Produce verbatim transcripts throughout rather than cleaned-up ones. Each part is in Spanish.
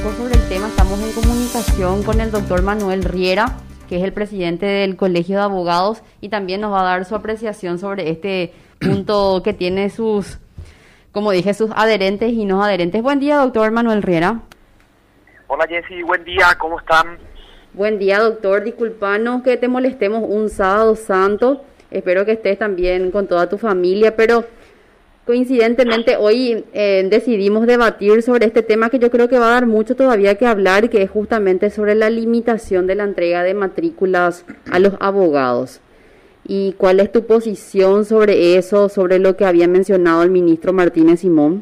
poco sobre el tema. Estamos en comunicación con el doctor Manuel Riera, que es el presidente del Colegio de Abogados, y también nos va a dar su apreciación sobre este punto que tiene sus, como dije, sus adherentes y no adherentes. Buen día, doctor Manuel Riera. Hola Jessy, buen día, ¿cómo están? Buen día, doctor. Disculpanos que te molestemos un sábado santo. Espero que estés también con toda tu familia, pero coincidentemente hoy eh, decidimos debatir sobre este tema que yo creo que va a dar mucho todavía que hablar, que es justamente sobre la limitación de la entrega de matrículas a los abogados. ¿Y cuál es tu posición sobre eso, sobre lo que había mencionado el ministro Martínez Simón?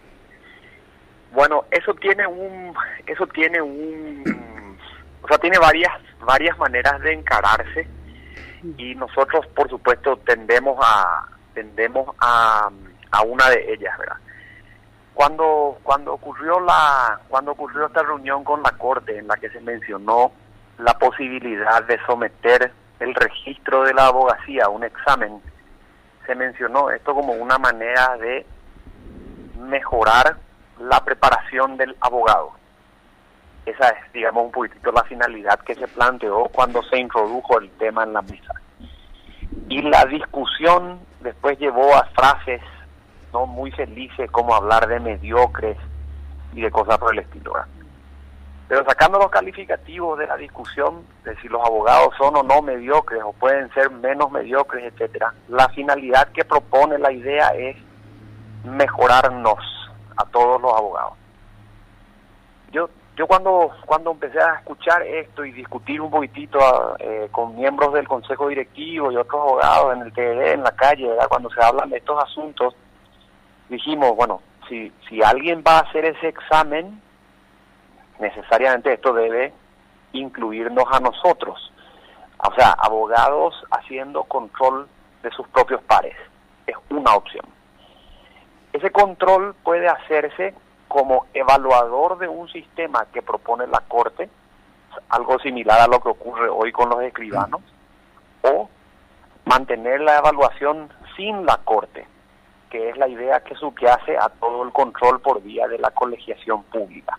Bueno, eso tiene un, eso tiene un, o sea, tiene varias, varias maneras de encararse, y nosotros, por supuesto, tendemos a, tendemos a, a una de ellas, ¿verdad? Cuando, cuando ocurrió la, cuando ocurrió esta reunión con la Corte en la que se mencionó la posibilidad de someter el registro de la abogacía a un examen, se mencionó esto como una manera de mejorar la preparación del abogado. Esa es, digamos, un poquitito la finalidad que se planteó cuando se introdujo el tema en la mesa. Y la discusión después llevó a frases no muy felices, como hablar de mediocres y de cosas por el estilo, ¿verdad? Pero sacando los calificativos de la discusión de si los abogados son o no mediocres o pueden ser menos mediocres, etcétera, la finalidad que propone la idea es mejorarnos a todos los abogados. Yo yo cuando cuando empecé a escuchar esto y discutir un poquitito eh, con miembros del consejo directivo y otros abogados en el T V D, en la calle, ¿verdad? Cuando se hablan de estos asuntos, dijimos, bueno, si si alguien va a hacer ese examen, necesariamente esto debe incluirnos a nosotros, o sea, abogados haciendo control de sus propios pares. Es una opción. Ese control puede hacerse como evaluador de un sistema que propone la Corte, algo similar a lo que ocurre hoy con los escribanos, o mantener la evaluación sin la Corte, que es la idea que subyace a todo el control por vía de la colegiación pública.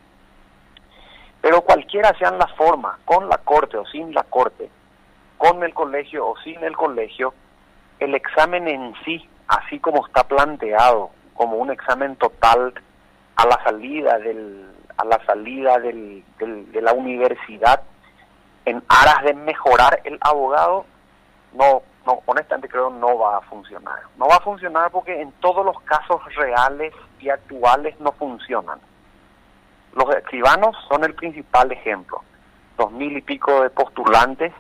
Pero cualquiera sean las formas, con la Corte o sin la Corte, con el colegio o sin el colegio, el examen en sí, así como está planteado, como un examen total a la salida del a la salida del, del, de la universidad en aras de mejorar el abogado, no no honestamente creo no va a funcionar. No va a funcionar porque en todos los casos reales y actuales no funcionan. Los escribanos son el principal ejemplo. Dos mil y pico de postulantes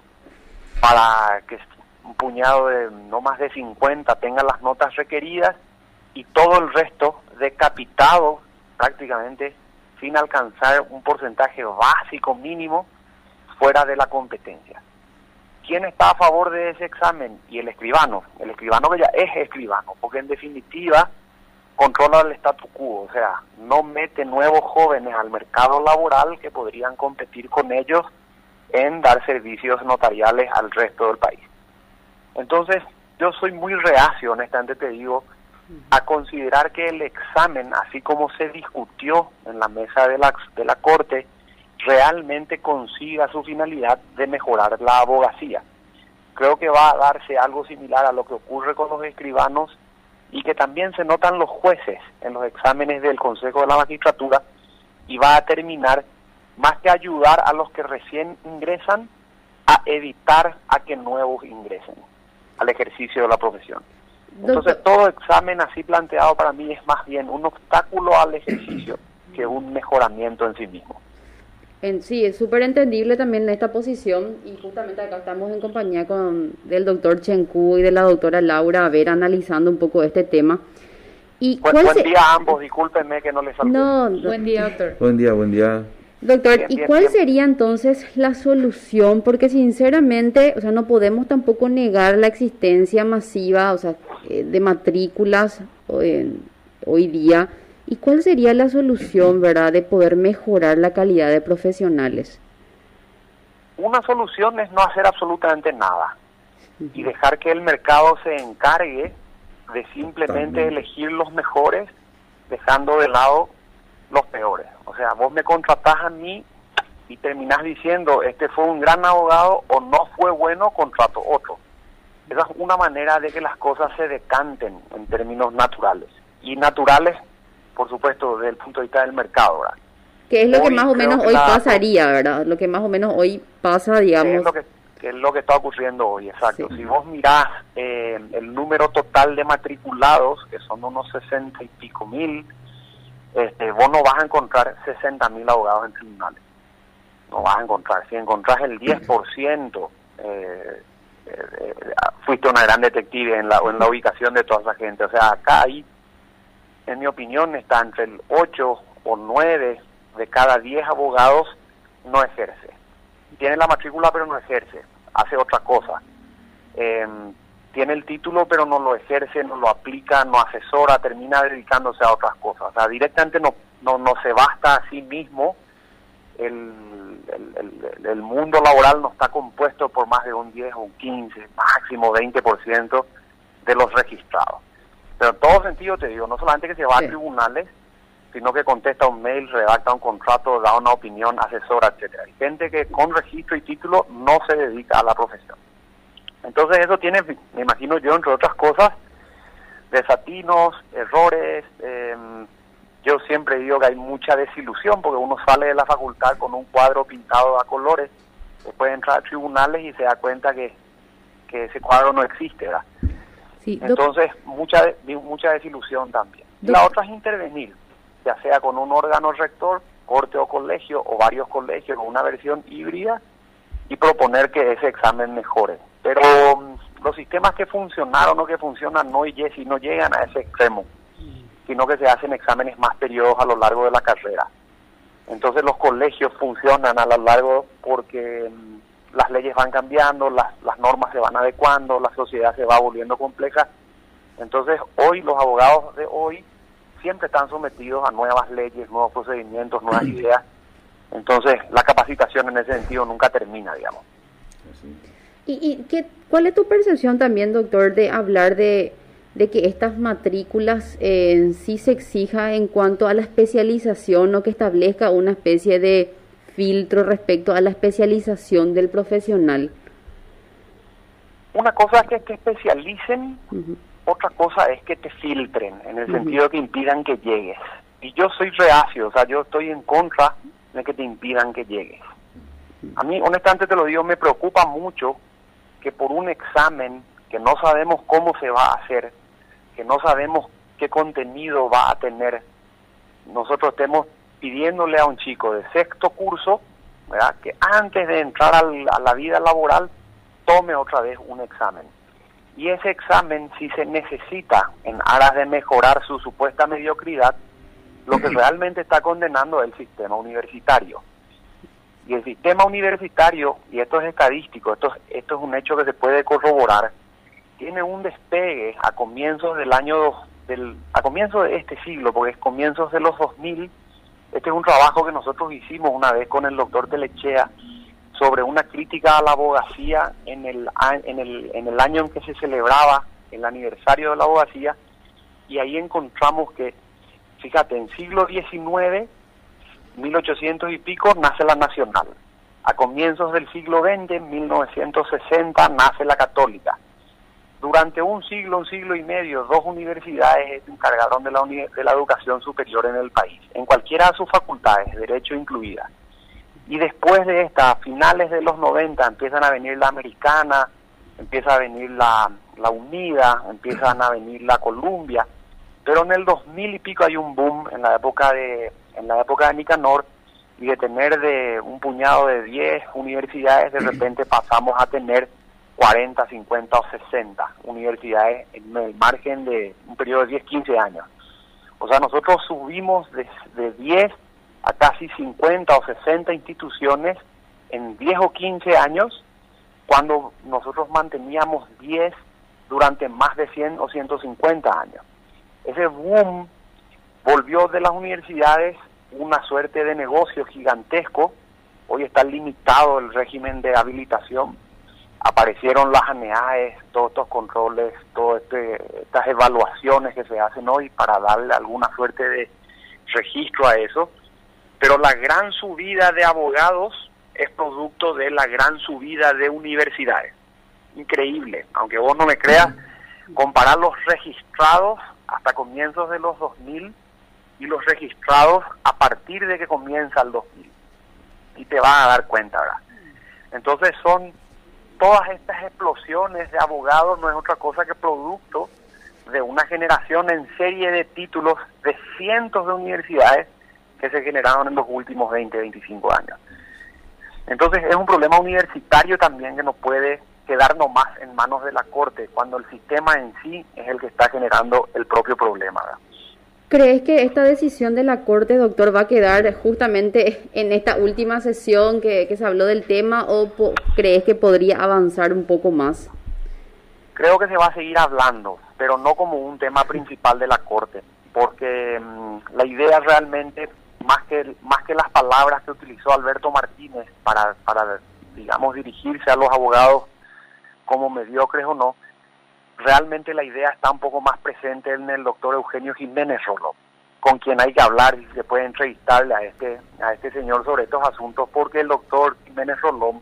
para que un puñado de no más de cincuenta tengan las notas requeridas, y todo el resto decapitado prácticamente sin alcanzar un porcentaje básico mínimo fuera de la competencia. ¿Quién está a favor de ese examen? Y el escribano, el escribano que ya es escribano, porque en definitiva controla el statu quo, o sea, no mete nuevos jóvenes al mercado laboral que podrían competir con ellos en dar servicios notariales al resto del país. Entonces, yo soy muy reacio, honestamente te digo, a considerar que el examen, así como se discutió en la mesa de la, de la Corte, realmente consiga su finalidad de mejorar la abogacía. Creo que va a darse algo similar a lo que ocurre con los escribanos, y que también se notan los jueces en los exámenes del Consejo de la Magistratura, y va a terminar, más que ayudar a los que recién ingresan, a evitar a que nuevos ingresen al ejercicio de la profesión. Entonces, todo examen así planteado para mí es más bien un obstáculo al ejercicio que un mejoramiento en sí mismo. En, sí, es súper entendible también esta posición, y justamente acá estamos en compañía con del doctor Chenku y de la doctora Laura Vera analizando un poco este tema. Y Bu ¿cuál buen se... día a ambos, discúlpenme que no les saludé. No, no, buen día, doctor. Buen día, buen día. Doctor, bien, ¿y bien, cuál bien. sería entonces la solución? Porque sinceramente, o sea, no podemos tampoco negar la existencia masiva, o sea, eh, de matrículas eh, hoy día. ¿Y cuál sería la solución, verdad, de poder mejorar la calidad de profesionales? Una solución es no hacer absolutamente nada y dejar que el mercado se encargue de simplemente También. elegir los mejores, dejando de lado los peores. O sea, vos me contratás a mí y terminás diciendo, este fue un gran abogado o no fue bueno, contrato otro. Esa es una manera de que las cosas se decanten en términos naturales. Y naturales, por supuesto, desde el punto de vista del mercado, ¿verdad? Que es lo hoy, que más o menos hoy la, pasaría, ¿verdad? Lo que más o menos hoy pasa, digamos. Es lo que, que es lo que está ocurriendo hoy, exacto. Sí. Si vos mirás eh, el número total de matriculados, que son unos sesenta y pico mil, este, vos no vas a encontrar sesenta mil abogados en tribunales. No vas a encontrar. Si encontrás el diez por ciento, eh, eh, fuiste una gran detective en la, en la ubicación de toda esa gente. O sea, acá hay, en mi opinión, está entre el ocho o nueve de cada diez abogados no ejerce. Tiene la matrícula pero no ejerce, hace otra cosa. Eh, tiene el título pero no lo ejerce, no lo aplica, no asesora, termina dedicándose a otras cosas. O sea, directamente no no, no se basta a sí mismo. El, el, el, el mundo laboral no está compuesto por más de un diez o un quince, máximo veinte por ciento de los registrados. Pero en todo sentido te digo, no solamente que se va sí. a tribunales, sino que contesta un mail, redacta un contrato, da una opinión, asesora, etcétera. Hay gente que con registro y título no se dedica a la profesión. Entonces eso tiene, me imagino yo, entre otras cosas, desatinos, errores. Eh, yo siempre digo que hay mucha desilusión porque uno sale de la facultad con un cuadro pintado a colores, después entra a tribunales y se da cuenta que, que ese cuadro no existe, ¿verdad? Sí, entonces mucha mucha desilusión también. La otra es intervenir, ya sea con un órgano rector, corte o colegio, o varios colegios, con una versión híbrida, y proponer que ese examen mejore. Pero um, los sistemas que funcionaron o que funcionan no, y si no llegan a ese extremo, sino que se hacen exámenes más periodos a lo largo de la carrera. Entonces los colegios funcionan a lo largo porque um, las leyes van cambiando, las, las normas se van adecuando, la sociedad se va volviendo compleja. Entonces hoy los abogados de hoy siempre están sometidos a nuevas leyes, nuevos procedimientos, nuevas ideas. Entonces, la capacitación en ese sentido nunca termina, digamos. ¿Y, y qué, cuál es tu percepción también, doctor, de hablar de, de que estas matrículas eh, en sí se exija en cuanto a la especialización o que establezca una especie de filtro respecto a la especialización del profesional? Una cosa es que te especialicen, uh-huh. Otra cosa es que te filtren, en el uh-huh. sentido de que impidan que llegues. Y yo soy reacio, o sea, yo estoy en contra de que te impidan que llegues. A mí, honestamente te lo digo, me preocupa mucho que por un examen que no sabemos cómo se va a hacer, que no sabemos qué contenido va a tener, nosotros estemos pidiéndole a un chico de sexto curso, ¿verdad?, que antes de entrar al, a la vida laboral tome otra vez un examen. Y ese examen, si se necesita en aras de mejorar su supuesta mediocridad, lo que realmente está condenando es el sistema universitario. Y el sistema universitario, y esto es estadístico, esto, esto es un hecho que se puede corroborar, tiene un despegue a comienzos del año dos, del, a comienzos de este siglo, porque es comienzos de los dos mil. Este es un trabajo que nosotros hicimos una vez con el doctor Telechea sobre una crítica a la abogacía en el, en el, en el año en que se celebraba el aniversario de la abogacía, y ahí encontramos que, fíjate, en siglo diecinueve, mil ochocientos y pico, nace la Nacional. A comienzos del siglo veinte, mil novecientos sesenta, nace la Católica. Durante un siglo, un siglo y medio, dos universidades se encargaron de la, uni- de la educación superior en el país, en cualquiera de sus facultades, derecho incluida. Y después de esta, a finales de los noventa, empiezan a venir la Americana, empieza a venir la, la Unida, empiezan a venir la Columbia, pero en el dos mil y pico hay un boom en la época de en la época de Nicanor, y de tener de un puñado de diez universidades, de repente pasamos a tener cuarenta, cincuenta o sesenta universidades en el margen de un periodo de diez, quince años. O sea, nosotros subimos de, de diez a casi cincuenta o sesenta instituciones en diez o quince años, cuando nosotros manteníamos diez durante más de cien o ciento cincuenta años. Ese boom volvió de las universidades una suerte de negocio gigantesco. Hoy está limitado el régimen de habilitación. Aparecieron las A N E A E, todos estos controles, todas este, estas evaluaciones que se hacen hoy para darle alguna suerte de registro a eso, pero la gran subida de abogados es producto de la gran subida de universidades. Increíble, aunque vos no me creas, comparar los registrados hasta comienzos de los dos mil y los registrados a partir de que comienza el dos mil, y te vas a dar cuenta, ¿verdad? Entonces son todas estas explosiones de abogados, no es otra cosa que producto de una generación en serie de títulos de cientos de universidades que se generaron en los últimos veinte, veinticinco años. Entonces es un problema universitario también que no puede quedar nomás en manos de la Corte, cuando el sistema en sí es el que está generando el propio problema, ¿verdad? ¿Crees que esta decisión de la Corte, doctor, va a quedar justamente en esta última sesión que, que se habló del tema, o po- crees que podría avanzar un poco más? Creo que se va a seguir hablando, pero no como un tema principal de la Corte, porque mmm, la idea realmente, más que más que las palabras que utilizó Alberto Martínez para, para digamos, dirigirse a los abogados como mediocres o no, realmente la idea está un poco más presente en el doctor Eugenio Jiménez Rolón, con quien hay que hablar y se puede entrevistarle a este, a este señor sobre estos asuntos, porque el doctor Jiménez Rolón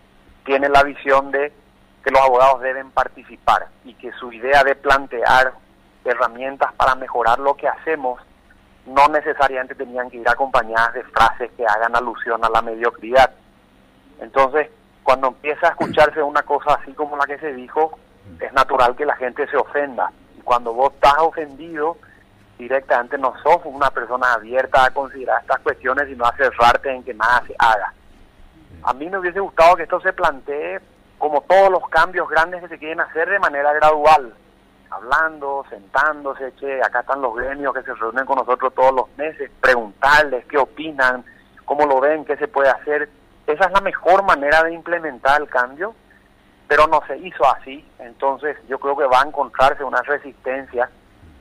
tiene la visión de que los abogados deben participar y que su idea de plantear herramientas para mejorar lo que hacemos no necesariamente tenían que ir acompañadas de frases que hagan alusión a la mediocridad. Entonces, cuando empieza a escucharse una cosa así como la que se dijo, es natural que la gente se ofenda. Y cuando vos estás ofendido, directamente no sos una persona abierta a considerar estas cuestiones, sino a cerrarte en que nada se haga. A mí me hubiese gustado que esto se plantee como todos los cambios grandes que se quieren hacer de manera gradual, hablando, sentándose, che, acá están los gremios que se reúnen con nosotros todos los meses, preguntarles qué opinan, cómo lo ven, qué se puede hacer. Esa es la mejor manera de implementar el cambio, pero no se hizo así. Entonces yo creo que va a encontrarse una resistencia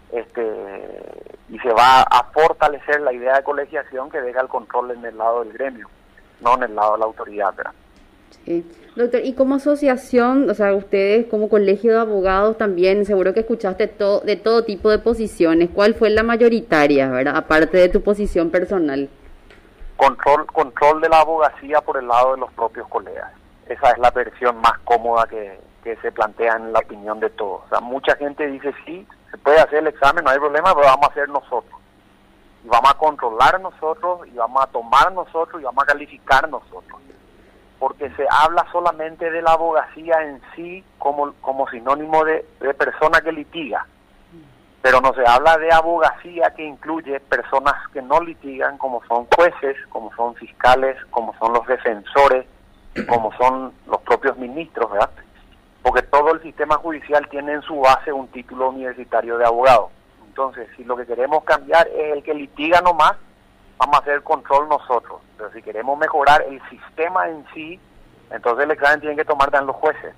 este y se va a fortalecer la idea de colegiación que deja el control en el lado del gremio, no en el lado de la autoridad, ¿verdad? Sí. Doctor, y como asociación, o sea, ustedes como colegio de abogados también, seguro que escuchaste to- de todo tipo de posiciones. ¿Cuál fue la mayoritaria, verdad? Aparte de tu posición personal. Control, control de la abogacía por el lado de los propios colegas. Esa es la versión más cómoda que, que se plantea en la opinión de todos. O sea, mucha gente dice, sí, se puede hacer el examen, no hay problema, pero vamos a hacer nosotros. Y vamos a controlar nosotros, y vamos a tomar nosotros, y vamos a calificar nosotros. Porque se habla solamente de la abogacía en sí como, como sinónimo de, de persona que litiga. Pero no se habla de abogacía que incluye personas que no litigan, como son jueces, como son fiscales, como son los defensores, como son los propios ministros, ¿verdad? Porque todo el sistema judicial tiene en su base un título universitario de abogado. Entonces, si lo que queremos cambiar es el que litiga nomás, vamos a hacer control nosotros. Pero si queremos mejorar el sistema en sí, entonces el examen tienen que tomar también los jueces.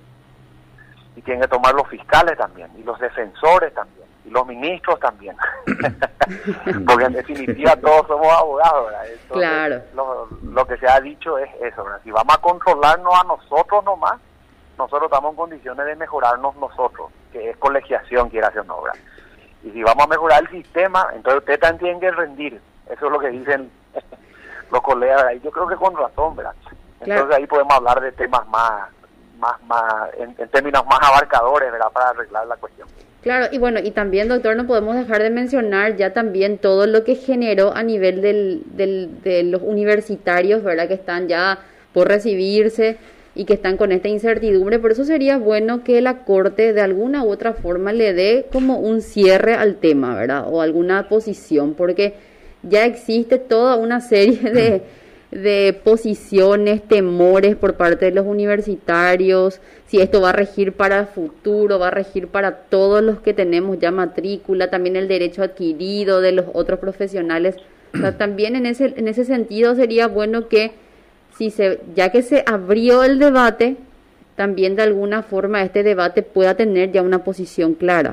Y tienen que tomar los fiscales también, y los defensores también, y los ministros también. Porque en definitiva todos somos abogados, ¿verdad? Entonces, claro. Lo, lo que se ha dicho es eso, ¿verdad? Si vamos a controlarnos a nosotros nomás, nosotros estamos en condiciones de mejorarnos nosotros, que es colegiación, quiera hacer una obra. Y si vamos a mejorar el sistema, entonces ustedes también tienen que rendir. Eso es lo que dicen los colegas, y yo creo que con razón, ¿verdad? Entonces claro, ahí podemos hablar de temas más, más, más en, en términos más abarcadores, ¿verdad? Para arreglar la cuestión. Claro, y bueno, y también, doctor, no podemos dejar de mencionar ya también todo lo que generó a nivel del, del, de los universitarios, ¿verdad? Que están ya por recibirse y que están con esta incertidumbre. Por eso sería bueno que la Corte de alguna u otra forma le dé como un cierre al tema, ¿verdad? O alguna posición, porque ya existe toda una serie de, de posiciones, temores por parte de los universitarios, si esto va a regir para el futuro, va a regir para todos los que tenemos ya matrícula, también el derecho adquirido de los otros profesionales. O sea, también en ese, en ese sentido sería bueno que, si se, ya que se abrió el debate, también de alguna forma este debate pueda tener ya una posición clara.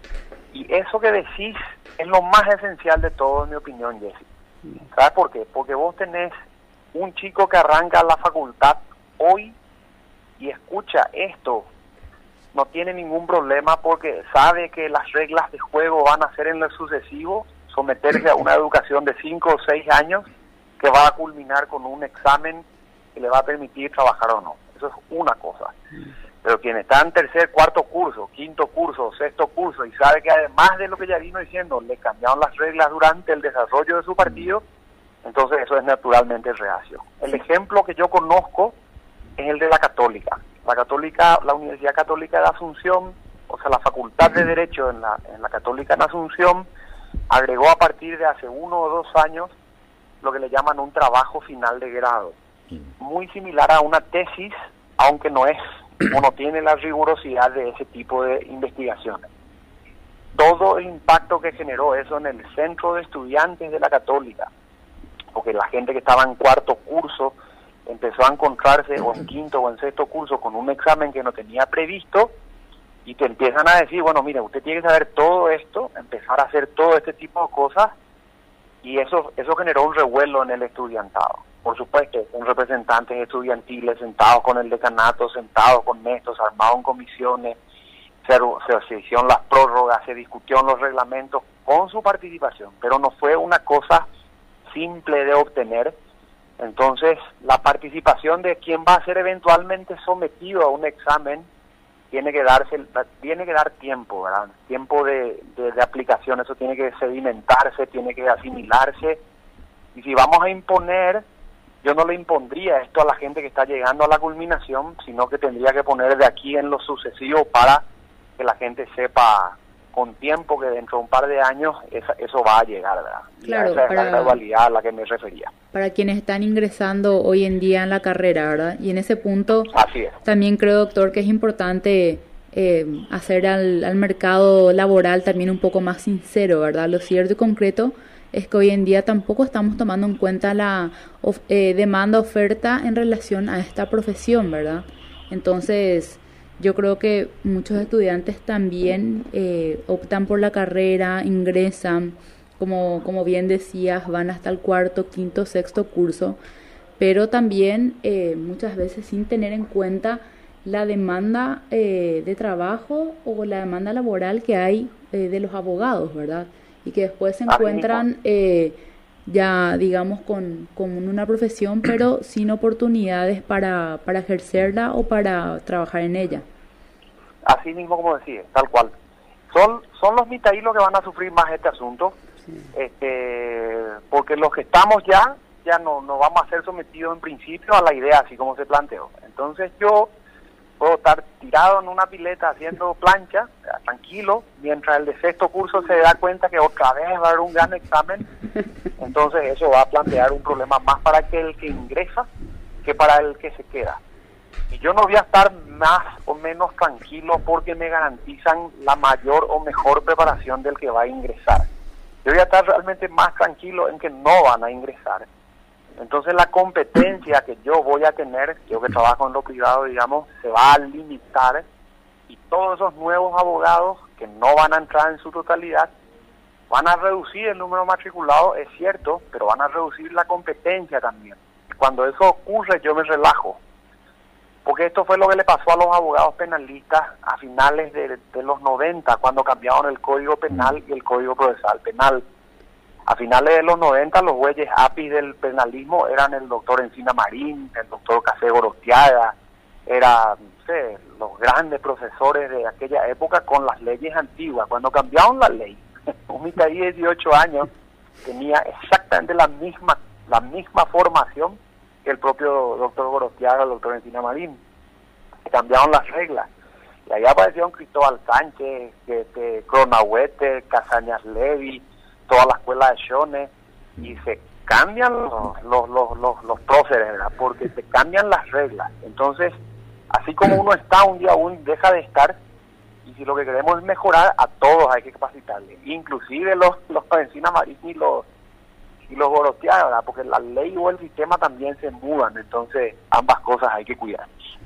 Y eso que decís es lo más esencial de todo, en mi opinión, Jessy. ¿Sabes por qué? Porque vos tenés un chico que arranca la facultad hoy y escucha esto, no tiene ningún problema porque sabe que las reglas de juego van a ser en lo sucesivo, someterse a una educación de cinco o seis años que va a culminar con un examen que le va a permitir trabajar o no. Eso es una cosa. Pero quien está en tercer, cuarto curso, quinto curso, sexto curso y sabe que además de lo que ya vino diciendo, le cambiaron las reglas durante el desarrollo de su partido, entonces eso es naturalmente reacio. El ejemplo que yo conozco es el de la Católica. La Católica, la Universidad Católica de Asunción, o sea, la Facultad de Derecho en la, en la Católica en Asunción, agregó a partir de hace uno o dos años lo que le llaman un trabajo final de grado. Muy similar a una tesis, aunque no es, o no tiene la rigurosidad de ese tipo de investigaciones. Todo el impacto que generó eso en el centro de estudiantes de la Católica, porque la gente que estaba en cuarto curso empezó a encontrarse o en quinto o en sexto curso con un examen que no tenía previsto y te empiezan a decir, bueno, mire, usted tiene que saber todo esto, empezar a hacer todo este tipo de cosas, y eso eso generó un revuelo en el estudiantado. Por supuesto, con representantes estudiantiles sentados con el decanato, sentados con estos, armados en comisiones, se, se, se hicieron las prórrogas, se discutieron los reglamentos con su participación, pero no fue una cosa simple de obtener. Entonces, la participación de quien va a ser eventualmente sometido a un examen tiene que darse, tiene que dar tiempo, ¿verdad? Tiempo de, de, de aplicación, eso tiene que sedimentarse, tiene que asimilarse. Y si vamos a imponer, yo no le impondría esto a la gente que está llegando a la culminación, sino que tendría que poner de aquí en lo sucesivo para que la gente sepa con tiempo que dentro de un par de años esa, eso va a llegar, ¿verdad? Claro, y esa es para, la gradualidad a la que me refería. Para quienes están ingresando hoy en día en la carrera, ¿verdad? Y en ese punto Así es. También creo, doctor, que es importante eh, hacer al, al mercado laboral también un poco más sincero, ¿verdad? Lo cierto y concreto es que hoy en día tampoco estamos tomando en cuenta la of, eh, demanda-oferta en relación a esta profesión, ¿verdad? Entonces, yo creo que muchos estudiantes también eh, optan por la carrera, ingresan, como, como bien decías, van hasta el cuarto, quinto, sexto curso, pero también eh, muchas veces sin tener en cuenta la demanda eh, de trabajo o la demanda laboral que hay eh, de los abogados, ¿verdad? Y que después se encuentran eh, ya, digamos, con, con una profesión, pero sin oportunidades para, para ejercerla o para trabajar en ella. Así mismo como decía, tal cual. Son son los mitadí los que van a sufrir más este asunto, sí. este porque los que estamos ya, ya no, no vamos a ser sometidos en principio a la idea así como se planteó. Entonces yo puedo estar tirado en una pileta haciendo plancha, tranquilo, mientras el de sexto curso se da cuenta que otra vez va a haber un gran examen. Entonces eso va a plantear un problema más para el que ingresa que para el que se queda. Y yo no voy a estar más o menos tranquilo porque me garantizan la mayor o mejor preparación del que va a ingresar. Yo voy a estar realmente más tranquilo en que no van a ingresar. Entonces la competencia que yo voy a tener, yo que trabajo en lo privado, digamos, se va a limitar, y todos esos nuevos abogados que no van a entrar en su totalidad van a reducir el número matriculado, es cierto, pero van a reducir la competencia también. Cuando eso ocurre yo me relajo, porque esto fue lo que le pasó a los abogados penalistas a finales de, de los noventa, cuando cambiaron el Código Penal y el Código Procesal Penal. A finales de los noventa, los güeyes apis del penalismo eran el doctor Encina Marín, el doctor Café Gorostiaga, eran, no sé, los grandes profesores de aquella época con las leyes antiguas. Cuando cambiaron la ley, un mitadí de dieciocho años tenía exactamente la misma la misma formación que el propio doctor Gorostiaga, el doctor Encina Marín. Cambiaron las reglas. Y ahí aparecieron Cristóbal Sánchez, este, Cronahuete, Casañas Levi, toda la escuela de Shone, y se cambian los los los los, los próceres, ¿verdad? Porque se cambian las reglas. Entonces, así como uno está un día, uno deja de estar, y si lo que queremos es mejorar, a todos hay que capacitarle, inclusive los los Encina Marín y los y los Gorostiaga, ¿verdad? Porque la ley o el sistema también se mudan, entonces ambas cosas hay que cuidar.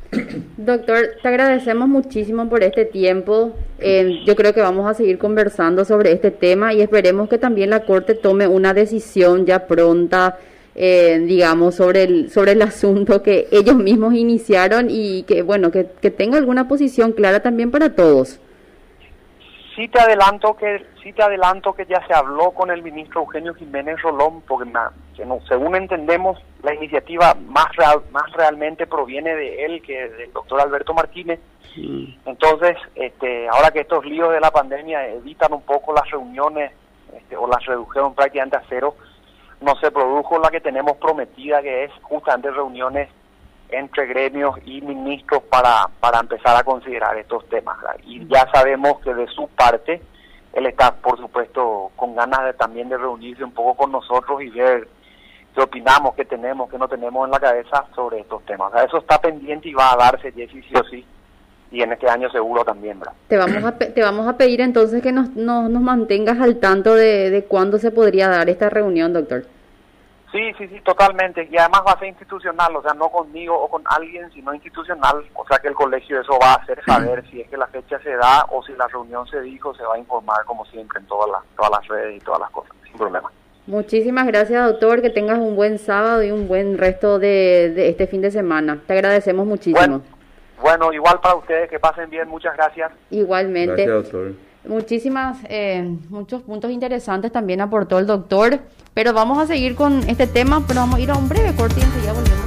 Doctor, te agradecemos muchísimo por este tiempo. Eh, yo creo que vamos a seguir conversando sobre este tema y esperemos que también la Corte tome una decisión ya pronta, eh, digamos, sobre el sobre el asunto que ellos mismos iniciaron y que, bueno, que, que tenga alguna posición clara también para todos. Sí te adelanto que sí te adelanto que ya se habló con el ministro Eugenio Jiménez Rolón, porque na- que no- según entendemos, la iniciativa más real, más realmente proviene de él que del doctor Alberto Martínez. Mm. Entonces, este, ahora que estos líos de la pandemia evitan un poco las reuniones, este, o las redujeron prácticamente a cero, no se produjo la que tenemos prometida, que es justamente reuniones entre gremios y ministros para, para empezar a considerar estos temas, ¿verdad? Y ya sabemos que de su parte, él está, por supuesto, con ganas de también de reunirse un poco con nosotros y ver qué opinamos, qué tenemos, qué no tenemos en la cabeza sobre estos temas. O sea, eso está pendiente y va a darse, Jessy, sí o sí, y en este año seguro también, ¿verdad? Te vamos a, pe- te vamos a pedir entonces que nos, nos, nos mantengas al tanto de, de cuándo se podría dar esta reunión, doctor. Sí, sí, sí, totalmente. Y además va a ser institucional, o sea, no conmigo o con alguien, sino institucional. O sea, que el colegio eso va a hacer saber si es que la fecha se da o si la reunión se dijo, se va a informar como siempre en todas las, todas las redes y todas las cosas, sin problema. Muchísimas gracias, doctor. Que tengas un buen sábado y un buen resto de, de este fin de semana. Te agradecemos muchísimo. Bueno, bueno, igual para ustedes, que pasen bien, muchas gracias. Igualmente. Gracias, doctor. Muchísimas, eh, muchos puntos interesantes también aportó el doctor. Pero vamos a seguir con este tema, pero vamos a ir a un breve corte y enseguida volvemos.